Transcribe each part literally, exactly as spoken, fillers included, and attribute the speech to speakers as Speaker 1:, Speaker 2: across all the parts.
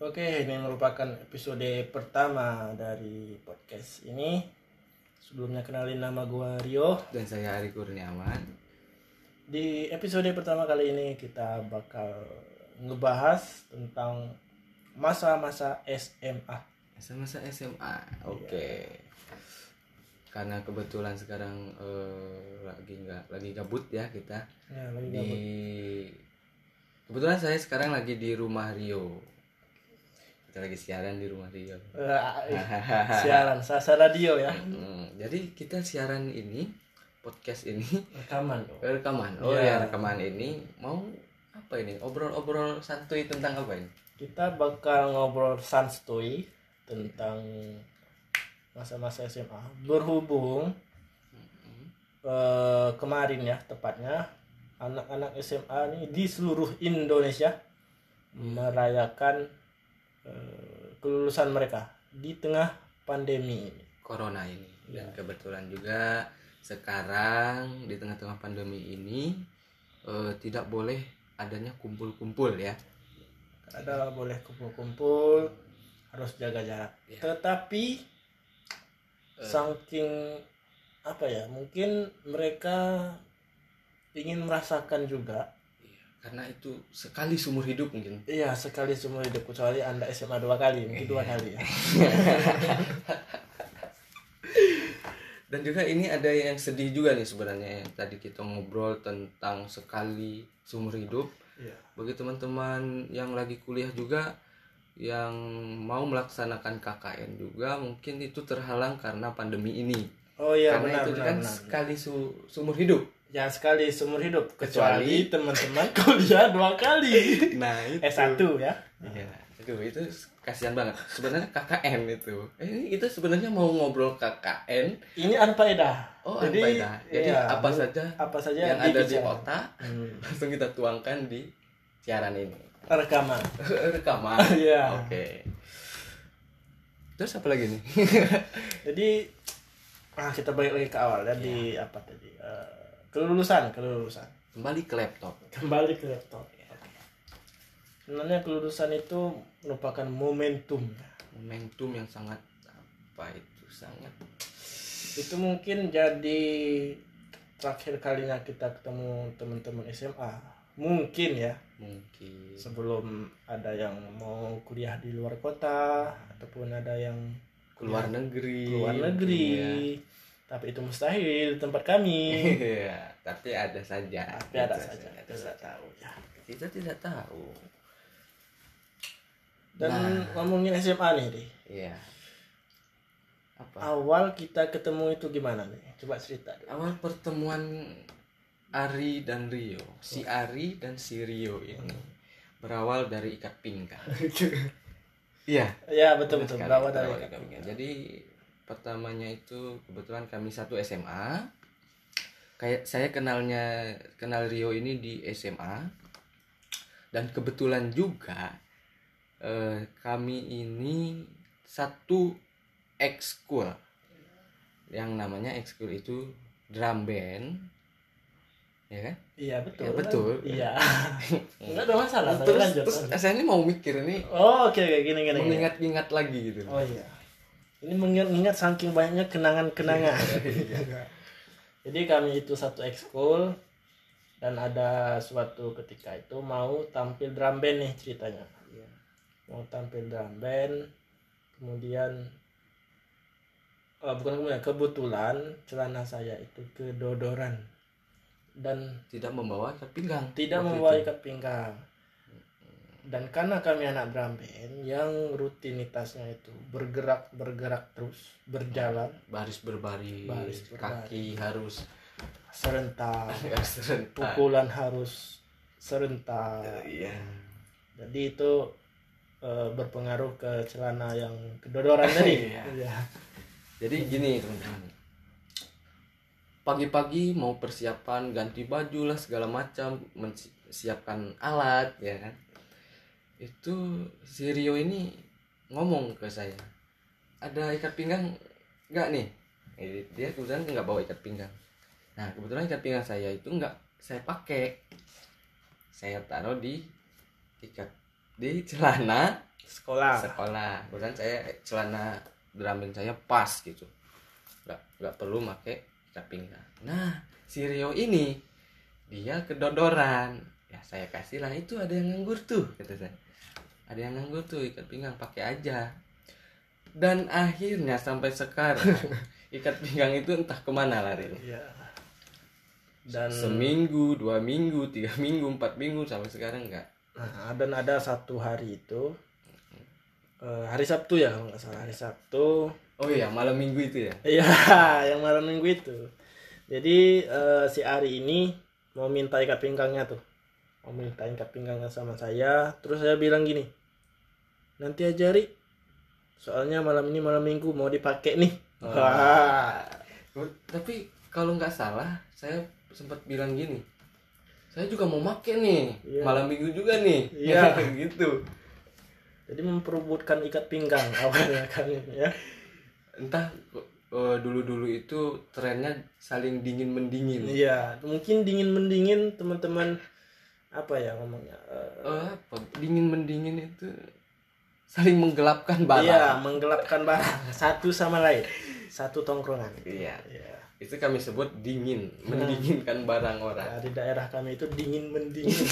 Speaker 1: Oke, ini merupakan episode pertama dari podcast ini. Sebelumnya kenalin nama gua Rio.
Speaker 2: Dan saya Ari Kurniawan.
Speaker 1: Di episode pertama kali ini kita bakal ngebahas tentang masa-masa S M A.
Speaker 2: Masa-masa S M A. Oke. Okay. Karena kebetulan sekarang eh, lagi nggak lagi gabut ya kita.
Speaker 1: Ya, lagi
Speaker 2: di
Speaker 1: gabut.
Speaker 2: Kebetulan saya sekarang lagi di rumah Rio. Kita lagi siaran di rumah Rio.
Speaker 1: Siaran Sasa Radio ya.
Speaker 2: Hmm, jadi kita siaran ini, podcast ini
Speaker 1: Rekaman dong.
Speaker 2: rekaman. Oh
Speaker 1: Ya.
Speaker 2: ya, rekaman ini mau apa ini? Obrol-obrol santuy tentang apa ini?
Speaker 1: Kita bakal ngobrol santuy tentang masa-masa S M A. Berhubung eh, kemarin ya tepatnya anak-anak S M A ini di seluruh Indonesia merayakan eh, kelulusan mereka di tengah pandemi ini.
Speaker 2: Corona ini. Dan kebetulan juga sekarang di tengah-tengah pandemi ini eh, tidak boleh adanya kumpul-kumpul ya.
Speaker 1: Ada boleh kumpul-kumpul, harus jaga jarak.
Speaker 2: Ya.
Speaker 1: Tetapi
Speaker 2: Eh.
Speaker 1: saking apa ya, mungkin mereka ingin merasakan juga.
Speaker 2: Karena itu sekali seumur hidup mungkin.
Speaker 1: Iya, sekali seumur hidup, kecuali Anda S M A dua kali, mungkin dua kali ya.
Speaker 2: Dan juga ini ada yang sedih juga nih sebenarnya yang tadi kita ngobrol tentang sekali seumur hidup.
Speaker 1: Iya.
Speaker 2: Bagi teman-teman yang lagi kuliah juga yang mau melaksanakan K K N juga mungkin itu terhalang karena pandemi ini.
Speaker 1: Oh iya,
Speaker 2: Karena
Speaker 1: benar
Speaker 2: itu
Speaker 1: benar,
Speaker 2: kan
Speaker 1: benar.
Speaker 2: sekali su- seumur hidup.
Speaker 1: Ya, sekali seumur hidup, kecuali
Speaker 2: Kecuali-
Speaker 1: teman-teman kuliah dua kali.
Speaker 2: Nah, itu.
Speaker 1: S satu ya.
Speaker 2: Iya, aduh itu kasihan banget. Sebenarnya K K N itu. Eh, itu sebenarnya mau ngobrol K K N.
Speaker 1: Ini anfaedah.
Speaker 2: Oh,
Speaker 1: Jadi,
Speaker 2: anfaedah. Jadi
Speaker 1: iya,
Speaker 2: apa saja
Speaker 1: apa saja
Speaker 2: yang ada di
Speaker 1: dibicarakan.
Speaker 2: otak
Speaker 1: Hmm.
Speaker 2: langsung kita tuangkan di siaran ini.
Speaker 1: Rekaman.
Speaker 2: Rekaman.
Speaker 1: Iya.
Speaker 2: Oke. Terus apa lagi nih?
Speaker 1: Jadi ah kita balik lagi ke awal ya, di apa tadi? Eh, kelulusan, kelulusan.
Speaker 2: Kembali ke laptop.
Speaker 1: Kembali ke laptop. Sebenarnya kelulusan itu merupakan momentum.
Speaker 2: Momentum yang sangat apa itu sangat
Speaker 1: Itu mungkin jadi terakhir kalinya kita ketemu teman-teman S M A. Mungkin ya,
Speaker 2: mungkin
Speaker 1: sebelum ada yang mau kuliah di luar kota ataupun ada yang
Speaker 2: keluar negeri.
Speaker 1: keluar negeri.
Speaker 2: Iya.
Speaker 1: Tapi itu mustahil di tempat kami.
Speaker 2: Iya, tapi ada saja.
Speaker 1: Tapi ada
Speaker 2: Itu
Speaker 1: saja,
Speaker 2: ada
Speaker 1: kita
Speaker 2: saja.
Speaker 1: tahu ya.
Speaker 2: Kita tidak tahu.
Speaker 1: Dan
Speaker 2: Nah.
Speaker 1: ngomongin S M A nih, deh.
Speaker 2: Iya. Apa?
Speaker 1: Awal kita ketemu itu gimana nih? Coba cerita dulu.
Speaker 2: Awal pertemuan Ari dan Rio, si Ari dan si Rio ini berawal dari ikat pinggang. Iya.
Speaker 1: Ya, betul betul.
Speaker 2: Sekali,
Speaker 1: Berawal dari
Speaker 2: berawal
Speaker 1: ikat
Speaker 2: ikat
Speaker 1: pinggang.
Speaker 2: Jadi pertamanya itu kebetulan kami satu S M A. Kayak saya kenalnya kenal Rio ini di S M A. Dan kebetulan juga eh, kami ini satu ekskul yang namanya ekskul itu drum band, ya kan?
Speaker 1: Iya, betul.
Speaker 2: Ya, betul.
Speaker 1: Iya. Enggak ada masalah. Tapi
Speaker 2: Terus,
Speaker 1: lanjut.
Speaker 2: terus
Speaker 1: lanjut.
Speaker 2: saya ini mau mikir ini
Speaker 1: Oh, oke oke gini gini. gini.
Speaker 2: mengingat-ingat lagi gitu.
Speaker 1: Oh iya. Ini mengingat saking banyaknya kenangan-kenangan.
Speaker 2: Iya.
Speaker 1: Jadi kami itu satu ekskul dan ada suatu ketika itu mau tampil drum band nih ceritanya.
Speaker 2: Iya.
Speaker 1: Mau tampil drum band, kemudian oh, bukan kemudian kebetulan celana saya itu kedodoran dan
Speaker 2: Tidak membawa ikat pinggang.
Speaker 1: tidak
Speaker 2: waktu
Speaker 1: membawa
Speaker 2: itu.
Speaker 1: ikat pinggang. Dan karena kami anak drum band yang rutinitasnya itu bergerak bergerak terus berjalan
Speaker 2: Baris berbaris,
Speaker 1: Baris berbaris.
Speaker 2: kaki harus
Speaker 1: serentak,
Speaker 2: serentak.
Speaker 1: pukulan harus serentak.
Speaker 2: Iya.
Speaker 1: Jadi itu eh, berpengaruh ke celana yang kedodoran tadi.
Speaker 2: Iya.
Speaker 1: Iya.
Speaker 2: Jadi gini teman-teman, pagi-pagi mau persiapan ganti baju lah segala macam, menyiapkan alat ya kan. Itu si Rio ini ngomong ke saya, ada ikat pinggang nggak nih? Eh, dia kebetulan nggak bawa ikat pinggang. Nah kebetulan ikat pinggang saya itu nggak saya pakai, saya taruh di ikat di celana
Speaker 1: sekolah.
Speaker 2: sekolah. Kemudian saya celana drum band saya pas gitu, nggak nggak perlu pakai ikat pinggang. Nah si Rio ini dia kedodoran, ya saya kasih lah, itu ada yang nganggur tuh kata saya, ada yang nganggur tuh ikat pinggang, pakai aja. Dan akhirnya sampai sekarang ikat pinggang itu entah kemana lari.
Speaker 1: Iya. Dan
Speaker 2: seminggu, dua minggu, tiga minggu, empat minggu, sampai sekarang enggak.
Speaker 1: Nah, dan ada satu hari itu uh, hari Sabtu ya kalau nggak salah, hari Sabtu.
Speaker 2: Oh iya, malam minggu itu ya.
Speaker 1: Iya, yang malam minggu itu. Jadi uh, si Ari ini mau minta ikat pinggangnya tuh, mau minta ikat pinggangnya sama saya. Terus saya bilang gini, nanti aja Ri, soalnya malam ini malam minggu mau dipakai nih.
Speaker 2: Oh.
Speaker 1: Wah.
Speaker 2: Tapi kalau nggak salah saya sempat bilang gini, saya juga mau make nih,
Speaker 1: Iya.
Speaker 2: malam minggu juga nih.
Speaker 1: Iya.
Speaker 2: Gitu.
Speaker 1: Jadi memperebutkan ikat pinggang awalnya kan ya.
Speaker 2: Entah uh, dulu-dulu itu trennya saling dingin mendingin.
Speaker 1: Iya, mungkin dingin mendingin teman-teman apa ya ngomongnya? Uh,
Speaker 2: Uh, apa? Dingin mendingin itu saling menggelapkan barang.
Speaker 1: Iya, menggelapkan barang satu sama lain, satu tongkrongan.
Speaker 2: Iya.
Speaker 1: Iya.
Speaker 2: Itu kami sebut dingin, mendinginkan barang orang.
Speaker 1: Nah, di daerah kami itu dingin mendingin.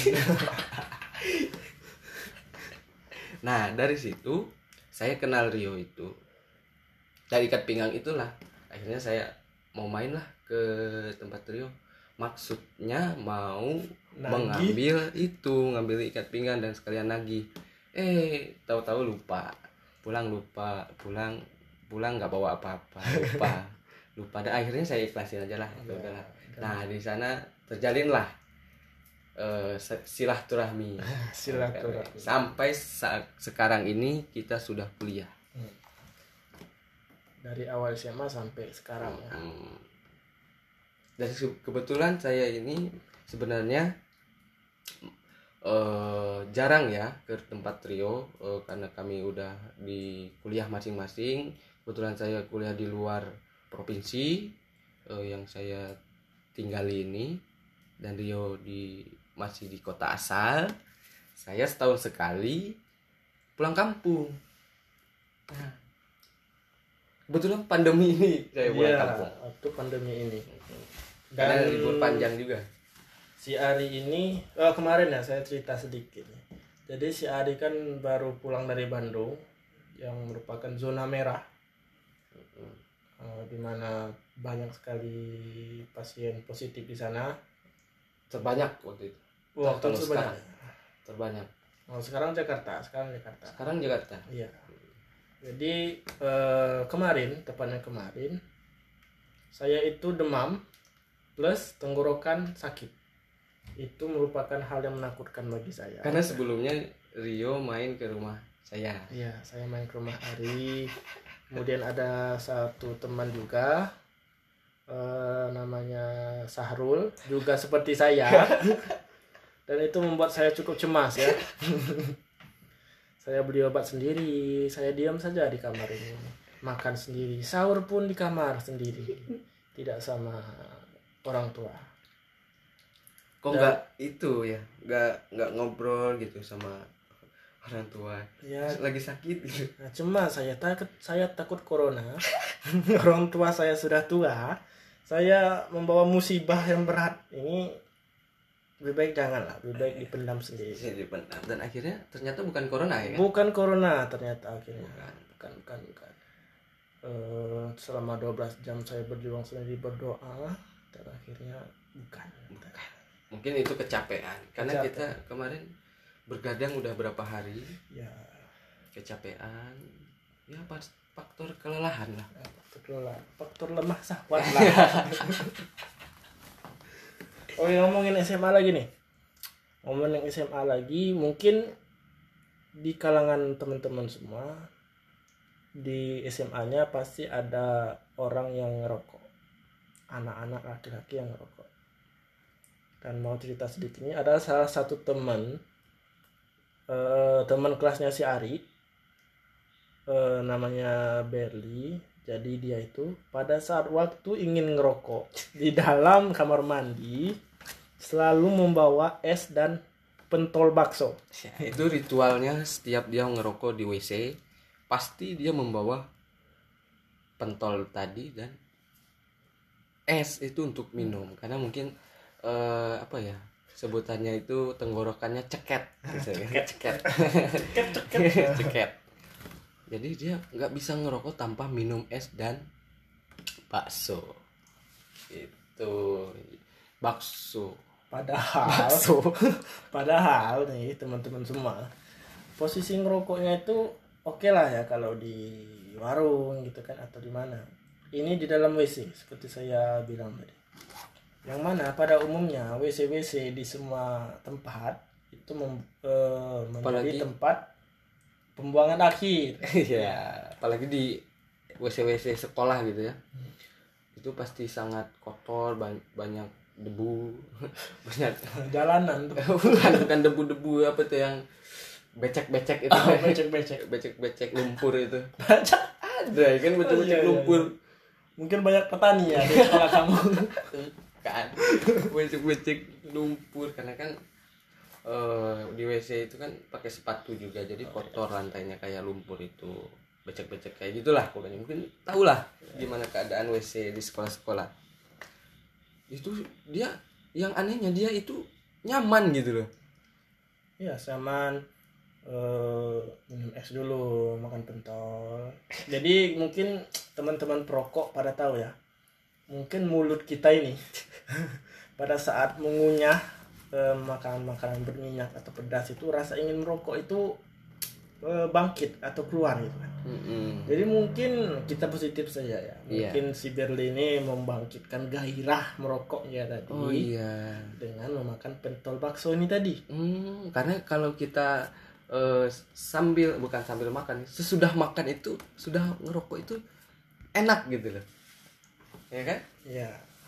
Speaker 2: Nah dari situ saya kenal Rio itu, dari ikat pinggang itulah akhirnya saya mau main lah ke tempat Rio, maksudnya mau
Speaker 1: Nagih.
Speaker 2: mengambil itu, ngambil ikat pinggang dan sekalian nagih. Eh tahu-tahu lupa, pulang lupa, pulang pulang nggak bawa apa-apa, lupa lupa. Dan akhirnya saya ikhlasin aja lah, ya udahlah. Nah di sana terjalinlah Uh, silaturahmi
Speaker 1: Silaturahmi.
Speaker 2: sampai saat sekarang ini kita sudah kuliah.
Speaker 1: Dari awal S M A sampai sekarang ya.
Speaker 2: Hmm. Dan kebetulan saya ini sebenarnya uh, jarang ya ke tempat Rio uh, karena kami udah di kuliah masing-masing. Kebetulan saya kuliah di luar provinsi uh, yang saya tinggali ini, dan Rio di masih di kota asal. Saya setahun sekali pulang kampung. Nah, kebetulan pandemi ini saya pulang
Speaker 1: Iya,
Speaker 2: kampung.
Speaker 1: waktu pandemi ini.
Speaker 2: Karena
Speaker 1: Dan
Speaker 2: libur panjang juga.
Speaker 1: si Ari ini, oh kemarin ya saya cerita sedikit. Jadi si Ari kan baru pulang dari Bandung, yang merupakan zona merah, uh, di mana banyak sekali pasien positif di sana.
Speaker 2: Terbanyak waktu itu.
Speaker 1: Waktu
Speaker 2: Kalau
Speaker 1: itu
Speaker 2: sekarang
Speaker 1: banyak.
Speaker 2: terbanyak.
Speaker 1: Oh, sekarang Jakarta, sekarang Jakarta.
Speaker 2: Sekarang Jakarta.
Speaker 1: Iya. Jadi eh, kemarin, tepatnya kemarin, saya itu demam plus tenggorokan sakit. Itu merupakan hal yang menakutkan bagi saya.
Speaker 2: Karena sebelumnya Rio main ke rumah saya.
Speaker 1: Iya, saya main ke rumah Ari. Kemudian ada satu teman juga, eh, namanya Sahrul, juga seperti saya. Dan itu membuat saya cukup cemas ya. Saya beli obat sendiri, saya diam saja di kamar ini, makan sendiri, sahur pun di kamar sendiri, tidak sama orang tua.
Speaker 2: Kok
Speaker 1: Dan-
Speaker 2: nggak itu ya, nggak nggak ngobrol gitu sama orang tua,
Speaker 1: Ya,
Speaker 2: lagi sakit gitu.
Speaker 1: nah, cemas saya takut, saya takut corona. Orang tua saya sudah tua, saya membawa musibah yang berat ini. Lebih baik jangan lah, lebih baik dipendam sendiri.
Speaker 2: Saya dipendam. Dan akhirnya ternyata bukan corona ya kan?
Speaker 1: Bukan corona ternyata akhirnya.
Speaker 2: Bukan.
Speaker 1: Bukan, bukan, bukan. Eh, selama dua belas jam saya berjuang sendiri berdoa, dan akhirnya bukan. bukan.
Speaker 2: Mungkin itu kecapean. Karena
Speaker 1: Kecapean.
Speaker 2: kita kemarin bergadang udah berapa hari,
Speaker 1: Ya,
Speaker 2: kecapean. Ya pas faktor kelelahan lah.
Speaker 1: faktor lelah, faktor lemah syahwat lah. Oh ya, ngomongin S M A lagi nih. Ngomongin S M A lagi, mungkin di kalangan teman-teman semua di S M A-nya pasti ada orang yang ngerokok. Anak-anak laki-laki yang ngerokok. Dan mau cerita sedikit ini, ada salah satu teman eh, teman kelasnya si Ari, eh, namanya Berli. Jadi dia itu pada saat waktu ingin ngerokok di dalam kamar mandi selalu membawa es dan pentol bakso.
Speaker 2: Ya, itu ritualnya setiap dia ngerokok di W C pasti dia membawa pentol tadi dan es itu untuk minum karena mungkin eh, apa ya sebutannya itu tenggorokannya ceket ceket ceket
Speaker 1: Ceket ceket.
Speaker 2: ceket jadi dia nggak bisa ngerokok tanpa minum es dan bakso itu bakso
Speaker 1: Padahal
Speaker 2: bakso
Speaker 1: padahal nih teman-teman semua, posisi ngerokoknya itu oke lah ya kalau di warung gitu kan atau di mana. Ini di dalam W C seperti saya bilang tadi. Yang mana pada umumnya W C W C di semua tempat itu mem- eh, menjadi
Speaker 2: Apalagi-
Speaker 1: tempat pembuangan akhir.
Speaker 2: ya apalagi di W C W C sekolah gitu ya itu pasti sangat kotor ban- banyak debu banyak
Speaker 1: Jalanan tuh.
Speaker 2: bukan bukan debu-debu apa tuh yang becek-becek itu
Speaker 1: Oh, becek-becek.
Speaker 2: becek-becek lumpur itu
Speaker 1: Baca.
Speaker 2: ada kan becek-becek
Speaker 1: Oh, iya, iya,
Speaker 2: lumpur
Speaker 1: Mungkin banyak petani ya di sekolah kamu.
Speaker 2: kan becek-becek lumpur karena kan eh, di W C itu kan pakai sepatu juga jadi kotor lantainya kayak lumpur itu becek-becek kayak gitulah pokoknya mungkin tahulah gimana keadaan W C di sekolah-sekolah itu dia yang anehnya dia itu nyaman gitu loh
Speaker 1: Ya, sama eh, minum es dulu, makan pentol. Jadi mungkin teman-teman perokok pada tahu ya. Mungkin mulut kita ini pada saat mengunyah eh, makanan-makanan berminyak atau pedas itu rasa ingin merokok itu eh, bangkit atau keluar gitu kan.
Speaker 2: Mm-mm.
Speaker 1: Jadi mungkin kita positif saja ya.
Speaker 2: Iya.
Speaker 1: Mungkin si Berli ini membangkitkan gairah merokoknya tadi
Speaker 2: Oh iya
Speaker 1: dengan memakan pentol bakso ini tadi.
Speaker 2: hmm, karena kalau kita eh, sambil bukan sambil makan sesudah makan itu sudah ngerokok itu enak gitu loh ya kan
Speaker 1: Ya.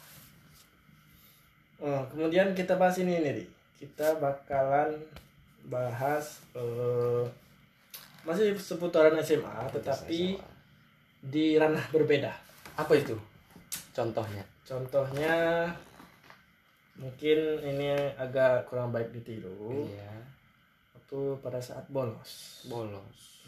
Speaker 1: Oh, kemudian kita bahas ini nih, Di. Kita bakalan bahas eh, masih seputaran S M A, tetapi di ranah berbeda.
Speaker 2: apa itu contohnya
Speaker 1: Contohnya mungkin ini agak kurang baik ditiru.
Speaker 2: iya
Speaker 1: Waktu pada saat bolos.
Speaker 2: bolos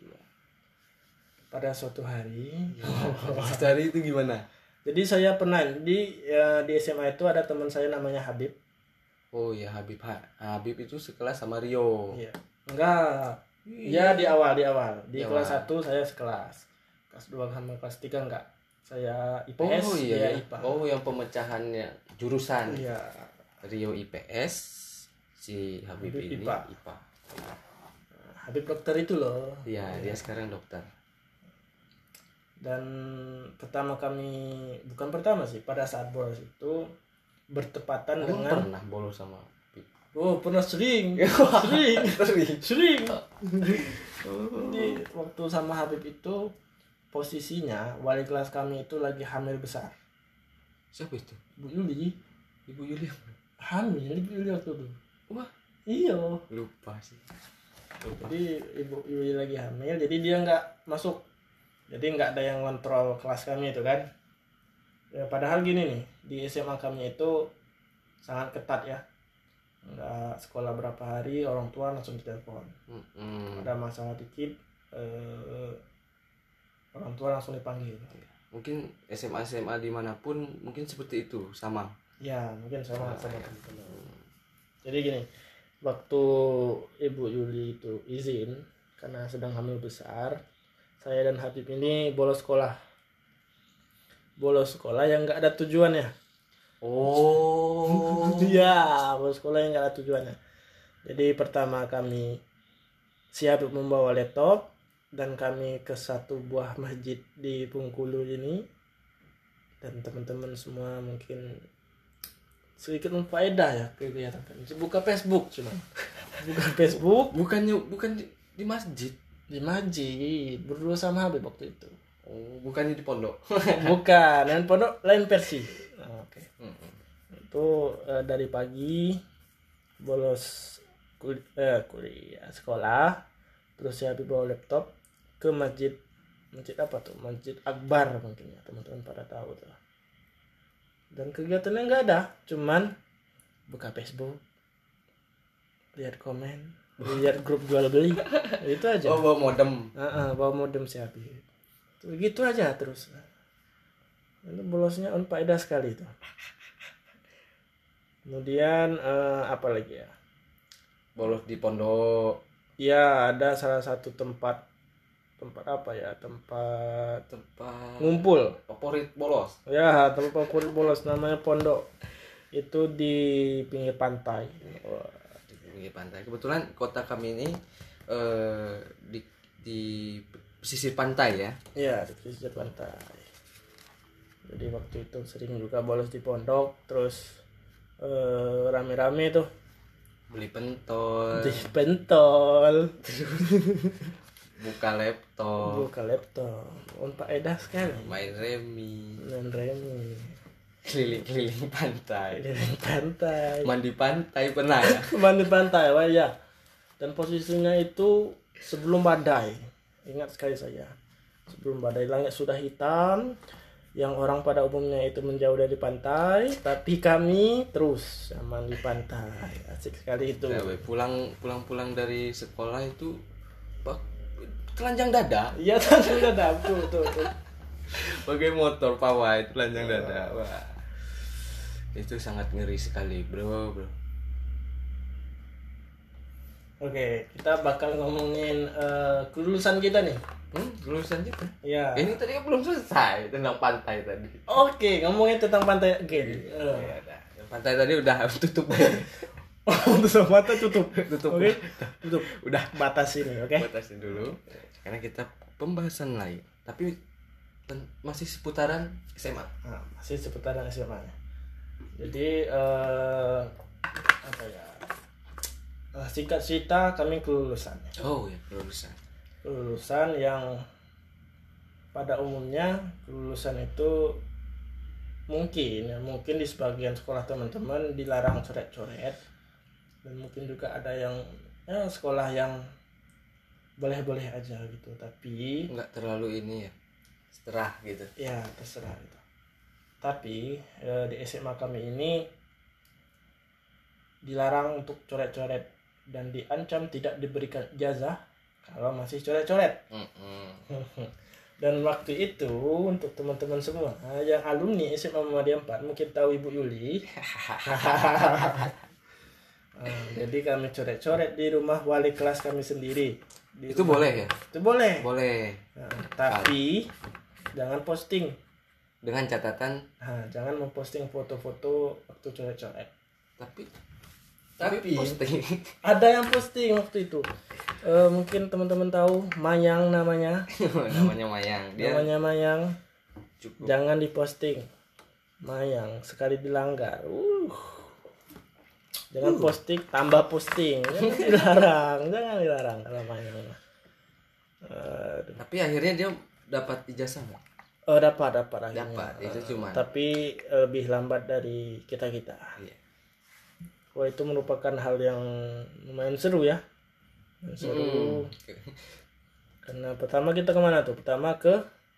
Speaker 1: Pada suatu hari.
Speaker 2: dari itu gimana
Speaker 1: Jadi saya pernah di ya, di S M A itu ada teman saya namanya Habib.
Speaker 2: oh ya Habib Ha- Habib itu sekelas sama Rio
Speaker 1: Iya. Enggak. Ya di awal di awal di
Speaker 2: Di
Speaker 1: kelas
Speaker 2: awal.
Speaker 1: satu saya sekelas, kelas dua sama kelas tiga enggak, saya I P S
Speaker 2: oh
Speaker 1: dia
Speaker 2: iya
Speaker 1: I P A.
Speaker 2: oh yang pemecahannya jurusan
Speaker 1: Iya.
Speaker 2: Rio I P S si Habib,
Speaker 1: Habib
Speaker 2: ini
Speaker 1: I P A.
Speaker 2: I P A
Speaker 1: Habib dokter itu loh.
Speaker 2: iya dia sekarang dokter
Speaker 1: Dan pertama kami bukan pertama sih pada saat bolos itu bertepatan
Speaker 2: oh,
Speaker 1: dengan
Speaker 2: pernah bolos sama Habib
Speaker 1: oh pernah sering sering
Speaker 2: sering
Speaker 1: sering. Jadi waktu sama Habib itu posisinya wali kelas kami itu lagi hamil besar.
Speaker 2: siapa itu
Speaker 1: Bu Yuli
Speaker 2: Ibu Yulia
Speaker 1: hamil Ibu Yuli waktu itu.
Speaker 2: wah
Speaker 1: Iya.
Speaker 2: lupa sih lupa
Speaker 1: Jadi ibu Yuli lagi hamil, jadi dia nggak masuk. Jadi nggak ada yang kontrol kelas kami itu kan. Ya, padahal gini nih, di S M A kami itu sangat ketat ya. Nggak sekolah berapa hari, orang tua langsung ditelepon.
Speaker 2: Mm-mm.
Speaker 1: Ada masalah dikit, eh, orang tua langsung dipanggil.
Speaker 2: mungkin S M A S M A dimanapun mungkin seperti itu sama
Speaker 1: Ya, mungkin sama
Speaker 2: Ah,
Speaker 1: sama
Speaker 2: ya.
Speaker 1: teman-teman. Jadi gini, waktu Ibu Yuli itu izin karena sedang hamil besar, saya dan Habib ini bolos sekolah. Bolos sekolah yang nggak ada tujuannya.
Speaker 2: oh
Speaker 1: Iya, bolos sekolah yang nggak ada tujuannya. Jadi pertama kami si Habib membawa laptop dan kami ke satu buah masjid di Bengkulu ini, dan teman-teman semua mungkin sedikit memfaedah ya kegiatan kami. Buka Facebook cuma. Buka Facebook
Speaker 2: bukannya bukan di, di masjid
Speaker 1: di masjid berdua sama Habib waktu itu.
Speaker 2: oh bukannya di pondok
Speaker 1: Bukan, lain pondok, lain versi. Oh, oke.
Speaker 2: Mm-mm.
Speaker 1: Itu eh, dari pagi bolos kul eh, kuliah sekolah, terus saya Habib bawa laptop ke masjid. Masjid apa tuh? Masjid Akbar mungkin ya, teman-teman pada tahu tuh. Dan kegiatannya nggak ada, cuman buka Facebook, lihat komen, lihat grup jual beli, itu aja.
Speaker 2: Oh, bawa modem.
Speaker 1: Uh-uh, bawa modem si Abi. Begitu aja terus. Itu bolosnya unfaedah sekali itu. Kemudian uh, apa lagi ya?
Speaker 2: Bolos di pondok.
Speaker 1: Ya, ada salah satu tempat tempat apa ya? Tempat
Speaker 2: Tempat
Speaker 1: ngumpul.
Speaker 2: favorit bolos.
Speaker 1: Ya, tempat favorit bolos namanya pondok. Itu di pinggir pantai. Wah.
Speaker 2: Di pinggir pantai. Kebetulan kota kami ini eh, di di pesisir pantai ya.
Speaker 1: Ya, di pesisir pantai. Jadi waktu itu sering juga bolos di pondok, terus eh, rame-rame tuh
Speaker 2: Beli pentol,
Speaker 1: di pentol,
Speaker 2: buka laptop,
Speaker 1: buka laptop, unfaedah sekali.
Speaker 2: main remi,
Speaker 1: Dan remi,
Speaker 2: keliling-keliling pantai,
Speaker 1: keliling pantai,
Speaker 2: mandi pantai pernah ya?
Speaker 1: mandi pantai, wah ya. Dan posisinya itu sebelum badai, ingat sekali saya. Sebelum badai langit sudah hitam, yang orang pada umumnya itu menjauh dari pantai, tapi kami terus aman di pantai. Asik sekali itu.
Speaker 2: Ya, we, pulang pulang pulang dari sekolah itu bak, telanjang dada,
Speaker 1: Iya, sudah ada tuh tuh. tuh.
Speaker 2: pakai motor pawai telanjang dada. Wah, itu sangat ngeri sekali bro bro.
Speaker 1: Oke, kita bakal ngomongin eh, kelulusan kita nih.
Speaker 2: Hmm, lulusan kita.
Speaker 1: Ya.
Speaker 2: Ini tadi kan belum selesai tentang pantai tadi.
Speaker 1: Oke, ngomongin tentang pantai again. Eh.
Speaker 2: Ya, dah. Yang pantai tadi udah tutup.
Speaker 1: Tutup mata, tutup.
Speaker 2: Tutup.
Speaker 1: Oke, tutup.
Speaker 2: Udah
Speaker 1: Batas ini, oke?
Speaker 2: batasin dulu. Karena kita pembahasan lain. Tapi ten- masih seputaran S M A.
Speaker 1: Nah, masih seputaran S M A. Jadi eh, apa ya? Eh, singkat cerita kami kelulusan.
Speaker 2: Oh ya, lulusan.
Speaker 1: Kelulusan yang pada umumnya kelulusan itu mungkin ya, mungkin di sebagian sekolah teman-teman dilarang coret-coret, dan mungkin juga ada yang ya, sekolah yang boleh-boleh aja gitu, tapi
Speaker 2: Enggak terlalu ini ya. Seterah gitu.
Speaker 1: ya terserah gitu. Tapi eh, di S M A kami ini dilarang untuk coret-coret dan diancam tidak diberikan ijazah kalau masih coret-coret.
Speaker 2: Mm-mm.
Speaker 1: Dan waktu itu untuk teman-teman semua yang alumni S M A Muhammadiyah empat mungkin tahu Ibu Yuli. Nah, jadi kami coret-coret di rumah wali kelas kami sendiri. Di
Speaker 2: Itu
Speaker 1: rumah-
Speaker 2: boleh ya?
Speaker 1: Itu boleh.
Speaker 2: Boleh.
Speaker 1: Nah, tapi jangan posting.
Speaker 2: Dengan catatan
Speaker 1: Nah, jangan memposting foto-foto waktu coret-coret.
Speaker 2: tapi
Speaker 1: Tapi
Speaker 2: posting.
Speaker 1: ada yang posting waktu itu. Eh, mungkin teman-teman tahu Mayang namanya.
Speaker 2: Namanya Mayang. Dia
Speaker 1: Namanya Mayang.
Speaker 2: cukup.
Speaker 1: Jangan diposting. Mayang sekali dilanggar. Uh. Jangan
Speaker 2: Uh.
Speaker 1: posting, tambah posting. Jangan dilarang, jangan dilarang kalau Mayang. Aduh.
Speaker 2: Tapi akhirnya dia dapat ijazah nggak?
Speaker 1: Oh, dapat, dapat akhirnya.
Speaker 2: Dapat, itu
Speaker 1: Eh,
Speaker 2: cuma.
Speaker 1: Tapi lebih lambat dari kita-kita.
Speaker 2: Iya.
Speaker 1: Wah, itu merupakan hal yang lumayan seru ya. Lumayan seru.
Speaker 2: Hmm.
Speaker 1: Karena pertama kita kemana tuh? Pertama ke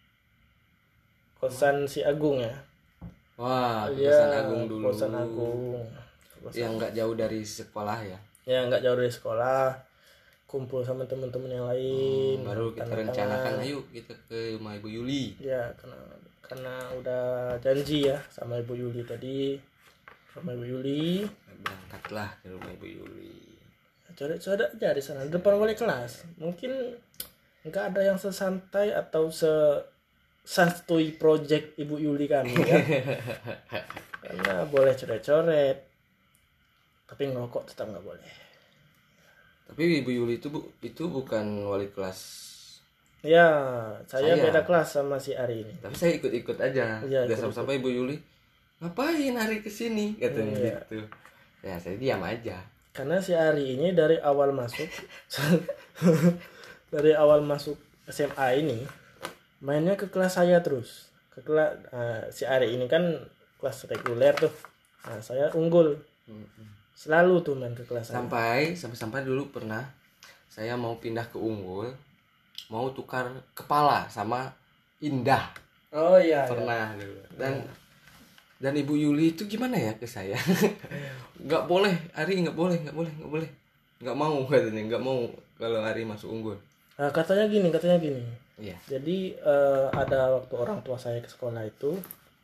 Speaker 1: kosan si Agung ya.
Speaker 2: Wah,
Speaker 1: Iya,
Speaker 2: kosan Agung dulu.
Speaker 1: Kosan Agung. Kosan-
Speaker 2: Yang nggak jauh dari sekolah ya.
Speaker 1: Ya nggak jauh dari sekolah. Kumpul sama teman-teman yang lain.
Speaker 2: Baru kita
Speaker 1: tanda
Speaker 2: rencanakan
Speaker 1: tangan.
Speaker 2: ayo kita ke rumah Ibu Yuli.
Speaker 1: Ya karena karena udah janji ya sama Ibu Yuli tadi. Sama Ibu Yuli.
Speaker 2: Berangkatlah ke rumah Ibu Yuli.
Speaker 1: Coret-coret aja di sana depan wali kelas. Mungkin nggak ada yang sesantai atau se santuy project Ibu Yuli kami ya. Karena boleh coret-coret, tapi ngerokok tetap nggak boleh.
Speaker 2: Tapi Ibu Yuli itu bu, itu bukan wali kelas.
Speaker 1: Ya, saya,
Speaker 2: Saya.
Speaker 1: beda kelas sama si Ari ini.
Speaker 2: Tapi saya ikut-ikut aja.
Speaker 1: Iya,
Speaker 2: Udah
Speaker 1: ikut-ikut.
Speaker 2: sampai Ibu Yuli, ngapain hari kesini? Katanya
Speaker 1: Iya.
Speaker 2: gitu. Ya saya diam aja.
Speaker 1: Karena si Ari ini dari awal masuk dari awal masuk S M A ini mainnya ke kelas saya terus. Ke kelas eh, si Ari ini kan kelas reguler tuh. Nah, saya unggul. Selalu tuh main ke kelas saya.
Speaker 2: Sampai sampai sampai dulu pernah saya mau pindah ke Unggul, mau tukar kepala sama Indah.
Speaker 1: Oh iya.
Speaker 2: Pernah dulu. Dan dan Ibu Yuli itu gimana ya ke saya? Nggak boleh, Ari nggak boleh, nggak boleh, nggak boleh. nggak mau katanya, nggak mau kalau Ari masuk unggul.
Speaker 1: Nah, katanya gini, katanya gini.
Speaker 2: Iya.
Speaker 1: Jadi eh, ada waktu orang tua saya ke sekolah itu,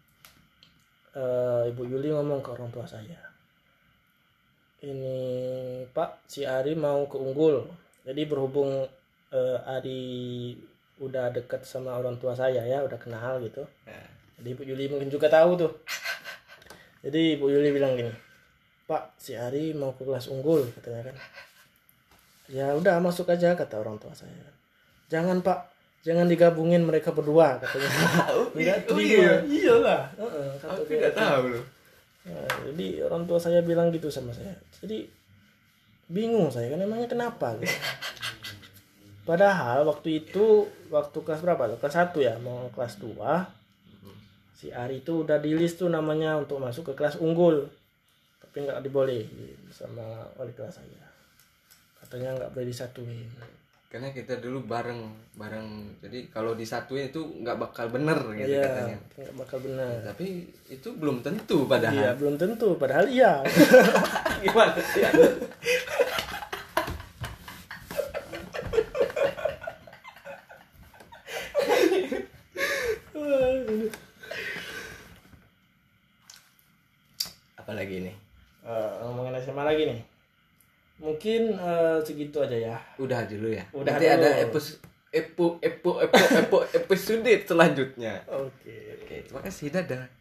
Speaker 1: eh, Ibu Yuli ngomong ke orang tua saya, ini Pak, si Ari mau ke unggul. Jadi berhubung eh, Ari udah dekat sama orang tua saya ya, udah kenal gitu.
Speaker 2: Nah,
Speaker 1: Jadi Ibu Yuli mungkin juga tahu tuh. Jadi Ibu Yuli bilang gini, Pak, si Ari mau ke kelas unggul katanya kan. Ya udah masuk aja kata orang tua saya. Jangan Pak, jangan digabungin mereka berdua katanya. Enggak
Speaker 2: oh
Speaker 1: terima.
Speaker 2: iya?
Speaker 1: Iyalah. Heeh, kata
Speaker 2: aku
Speaker 1: dia.
Speaker 2: tidak tahu loh.
Speaker 1: Nah, jadi orang tua saya bilang gitu sama saya. Jadi bingung saya kan, emangnya kenapa gitu. Padahal waktu itu waktu kelas berapa tuh? Kelas satu ya, mau kelas dua. Si Ari itu udah di list tuh namanya untuk masuk ke kelas unggul. Tapi nggak dibolehin sama wali kelas saya. Katanya nggak boleh disatuin.
Speaker 2: Karena kita dulu bareng bareng, jadi kalau disatuin itu nggak bakal bener gitu
Speaker 1: Iya,
Speaker 2: katanya.
Speaker 1: nggak bakal benar.
Speaker 2: Tapi itu belum tentu padahal.
Speaker 1: Iya, belum tentu. Padahal iya.
Speaker 2: Gimana sih? Apalagi nih?
Speaker 1: Eh, ngomongin S M A lagi nih. Mungkin eh, segitu aja ya.
Speaker 2: Udah dulu ya.
Speaker 1: Udah
Speaker 2: Nanti
Speaker 1: dulu.
Speaker 2: ada episode epo epo epo epo episode selanjutnya.
Speaker 1: Oke.
Speaker 2: Oke, terima kasih, dadah.